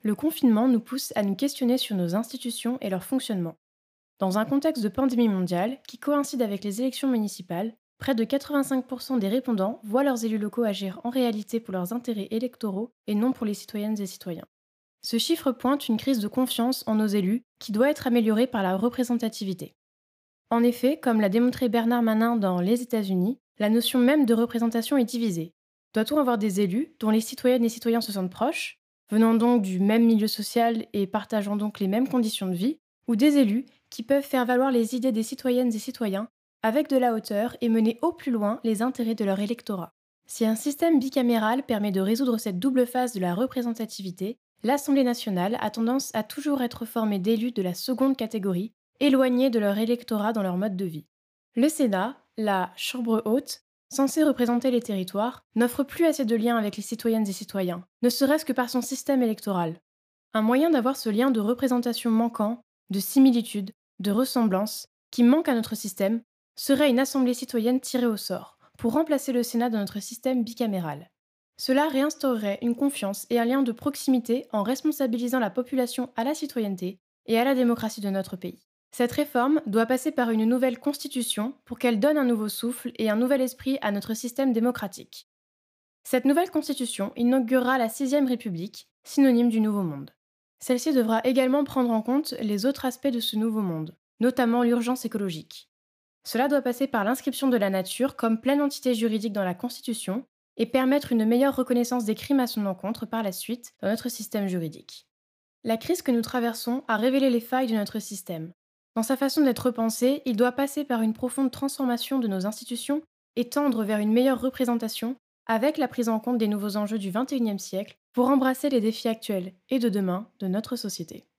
Le confinement nous pousse à nous questionner sur nos institutions et leur fonctionnement. Dans un contexte de pandémie mondiale qui coïncide avec les élections municipales, près de 85% des répondants voient leurs élus locaux agir en réalité pour leurs intérêts électoraux et non pour les citoyennes et citoyens. Ce chiffre pointe une crise de confiance en nos élus qui doit être améliorée par la représentativité. En effet, comme l'a démontré Bernard Manin dans Les États-Unis, la notion même de représentation est divisée. Doit-on avoir des élus dont les citoyennes et citoyens se sentent proches, venant donc du même milieu social et partageant donc les mêmes conditions de vie, ou des élus qui peuvent faire valoir les idées des citoyennes et citoyens avec de la hauteur et mener au plus loin les intérêts de leur électorat? Si un système bicaméral permet de résoudre cette double phase de la représentativité, l'Assemblée nationale a tendance à toujours être formée d'élus de la seconde catégorie, éloignés de leur électorat dans leur mode de vie. Le Sénat, la Chambre haute, censée représenter les territoires, n'offre plus assez de liens avec les citoyennes et citoyens, ne serait-ce que par son système électoral. Un moyen d'avoir ce lien de représentation manquant, de similitude, de ressemblance, qui manque à notre système, serait une assemblée citoyenne tirée au sort, pour remplacer le Sénat dans notre système bicaméral. Cela réinstaurerait une confiance et un lien de proximité en responsabilisant la population à la citoyenneté et à la démocratie de notre pays. Cette réforme doit passer par une nouvelle constitution pour qu'elle donne un nouveau souffle et un nouvel esprit à notre système démocratique. Cette nouvelle constitution inaugurera la sixième République, synonyme du Nouveau Monde. Celle-ci devra également prendre en compte les autres aspects de ce nouveau monde, notamment l'urgence écologique. Cela doit passer par l'inscription de la nature comme pleine entité juridique dans la Constitution et permettre une meilleure reconnaissance des crimes à son encontre par la suite dans notre système juridique. La crise que nous traversons a révélé les failles de notre système. Dans sa façon d'être repensé, il doit passer par une profonde transformation de nos institutions et tendre vers une meilleure représentation avec la prise en compte des nouveaux enjeux du XXIe siècle pour embrasser les défis actuels et de demain de notre société.